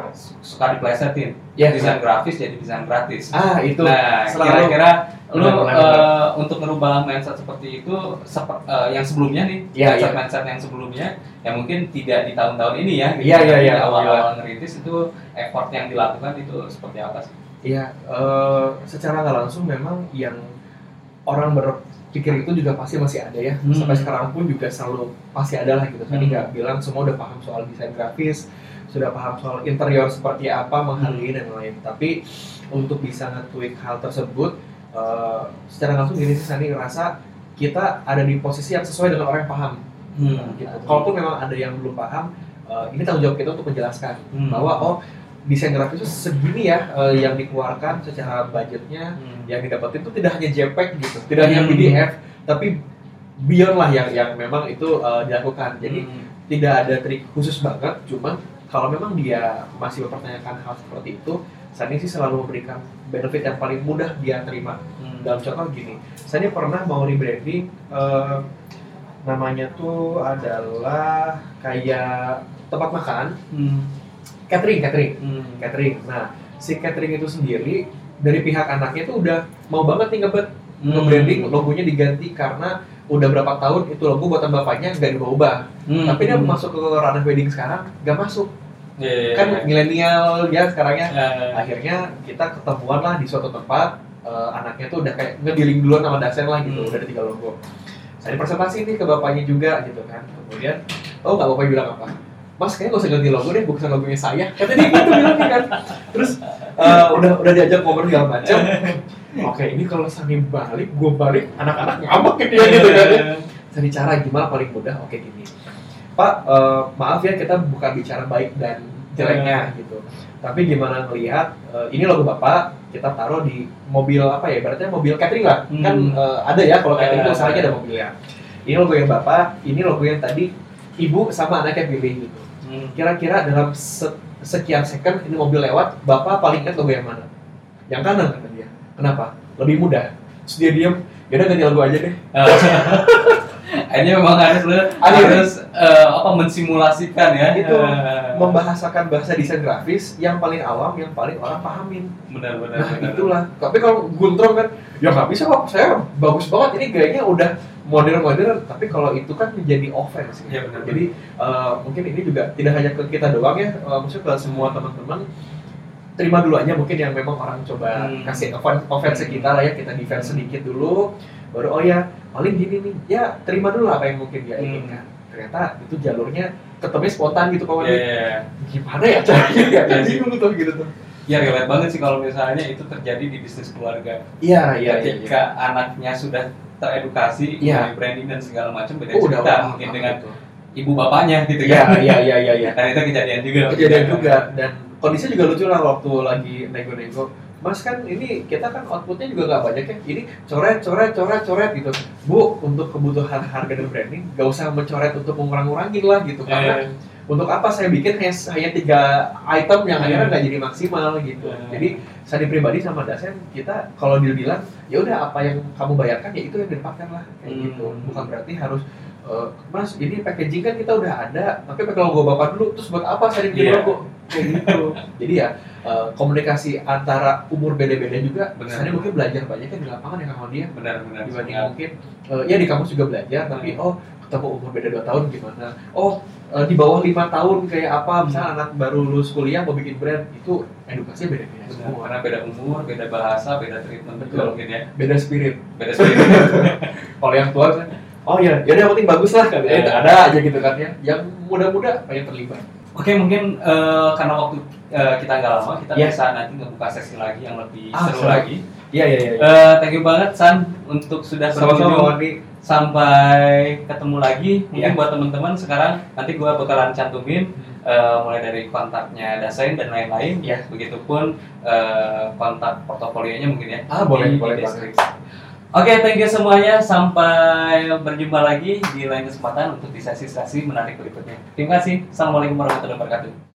suka diplesetin, yeah, desain yeah. grafis jadi desain gratis. Ah itu. Nah, selalu. Kira-kira lu benar, benar, uh, benar. untuk merubah mindset seperti itu, sep- uh, yang sebelumnya nih, yeah, mindset yeah. mindset yang sebelumnya, yang mungkin tidak di tahun-tahun ini ya, gitu. yeah, yeah, yeah, awal-awal ngerintis itu effort yang dilakukan itu seperti apa sih? Iya, uh, secara nggak langsung memang yang orang berpikir itu juga pasti masih ada ya. Hmm. Sampai sekarang pun juga selalu pasti ada lah gitu. Tadi nggak hmm. bilang semua udah paham soal desain grafis, sudah paham soal interior seperti apa, menghargai dan lain. Tapi untuk bisa nge-tweak hal tersebut, uh, secara langsung gini sih Sani ngerasa kita ada di posisi yang sesuai dengan orang yang paham. Hmm. Gitu. Kalaupun memang ada yang belum paham, uh, ini tanggung jawab kita untuk menjelaskan hmm. bahwa oh desain grafis itu segini ya uh, yang dikeluarkan secara budgetnya, hmm. yang didapetin itu tidak hanya JPEG gitu, tidak hanya P D F, tapi beyond lah yang yang memang itu uh, dilakukan. Jadi hmm. tidak ada trik khusus banget, cuma kalau memang dia masih mempertanyakan hal seperti itu, Sani sih selalu memberikan benefit yang paling mudah dia terima. Hmm. Dalam contoh gini, Sani pernah mau rebranding, uh, namanya tuh adalah kayak tempat makan, hmm. catering, catering, hmm. catering. Nah, si catering itu sendiri dari pihak anaknya tuh udah mau banget nih ngebet, hmm. nge-branding, logonya diganti karena udah berapa tahun itu logo buatan bapaknya nggak diubah-ubah. Hmm. Tapi dia masuk ke ranah wedding sekarang nggak masuk. Yeah, yeah, kan yeah. milenial ya sekarangnya. Yeah, yeah. Akhirnya kita ketemuan lah di suatu tempat, uh, anaknya tuh udah kayak ngedealing duluan sama dosen lah gitu, hmm. udah ada tiga logo. Saya presentasi nih ke bapaknya juga gitu kan. Kemudian, oh nggak bapaknya bilang apa? Mas kayaknya gak usah ganti logo deh, bukan logonya saya. Kata dia gitu bilangnya kan. Terus uh, udah udah diajak ngobrol segala macam. Oke, ini kalau Sani balik, gue balik, anak-anak ngambek ke dia gitu kan. Cari cara gimana paling mudah? Oke gini, Pak, uh, maaf ya kita bukan bicara baik dan jeleknya gitu. Tapi gimana ngelihat uh, ini logo bapak kita taruh di mobil apa ya? Berarti mobil catering lah. Hmm. Kan uh, ada ya kalau catering itu usahanya ada mobilnya. Ini logo yang bapak, ini logo yang tadi ibu sama anaknya pilih gitu. Hmm. Kira-kira dalam se- sekian second ini mobil lewat, bapak paling ingat logo yang mana? Yang kanan kata dia. Kenapa? Lebih mudah. Terus dia diem, yaudah ganti logo aja deh. Ini memang harus harus uh, apa mensimulasikan ya. Itu uh, membahasakan bahasa desain grafis yang paling awam, yang paling orang pahamin. Benar-benar. Nah benar, itulah. Benar. Tapi kalau Guntrong kan, ya nggak bisa kok. Saya bagus banget. Ini gayanya udah modern-modern. Tapi kalau itu kan menjadi offense. Ya, benar, Jadi uh, mungkin ini juga tidak hanya ke kita doang ya. Uh, maksudnya ke semua teman-teman. Terima dulu aja mungkin yang memang orang coba hmm. kasih offense kita lah ya, kita defense sedikit dulu, baru oh ya paling gini nih, ya terima dulu apa yang mungkin dia inginkan. Hmm. Ternyata itu jalurnya ketemu spontan gitu kawan. Yeah, yeah. Gimana ya caranya? Ya tadi dulu tuh gitu tuh. Ya relate banget sih kalau misalnya itu terjadi di bisnis keluarga. Iya iya. Ketika ya, ya. anaknya sudah teredukasi, ya. branding dan segala macam beda oh, cerita udah, mungkin dengan itu. Ibu bapaknya gitu ya. Iya iya iya iya. Dan itu kejadian juga. Kejadian juga dan kondisinya juga lucu lah waktu lagi nego-nego. Mas kan ini kita kan outputnya juga nggak banyak ya. Ini coret, coret, coret, coret gitu. Bu, untuk kebutuhan harga dan branding, nggak usah mencoret untuk mengurang-urangin lah gitu. Karena eh. untuk apa saya bikin hanya, hanya tiga item yang akhirnya nggak jadi maksimal gitu. Eh. Jadi saya pribadi sama Dasen kita kalau dia bilang ya udah apa yang kamu bayarkan ya itu yang didapatkan lah kayak hmm. gitu. Bukan berarti harus Uh, Mas, ini packaging kan kita udah ada, tapi pakai logo bapak dulu, terus buat apa saya bikin yeah. logo? Kayak gitu. Jadi ya uh, komunikasi antara umur beda-beda juga, saya mungkin belajar banyak kan di lapangan ya sama dia. Benar-benar. Dibanding mungkin, uh, ya di kampus juga belajar, tapi hmm. oh ketemu umur beda dua tahun gimana? Oh uh, di bawah lima tahun kayak apa? Misalnya hmm. anak baru lulus kuliah mau bikin brand, itu edukasinya beda-beda semua. Karena beda umur, beda bahasa, beda treatment betul mungkin ya. Beda spirit. Beda spirit. Kalau yang tua kan. Oh iya, ya yang penting bagus lah kan, ya, ada aja gitu kan ya. Yang muda-muda pengen terlibat. Oke, mungkin uh, karena waktu uh, kita nggak lama, kita yeah. bisa nanti ngebuka sesi lagi yang lebih ah, seru, seru lagi. Iya iya iya. Uh, thank you banget San untuk sudah berkunjung. Sampai ketemu lagi. Mungkin ya. Buat teman-teman sekarang nanti gua bakalan cantumin uh, mulai dari kontaknya Dasein dan lain-lain. Ya. Begitupun uh, kontak portofolionya mungkin ya. Ah boleh di, boleh deskripsi. Oke, okay, thank you semuanya. Sampai berjumpa lagi di lain kesempatan untuk di sesi-sesi menarik berikutnya. Terima kasih. Assalamualaikum warahmatullahi wabarakatuh.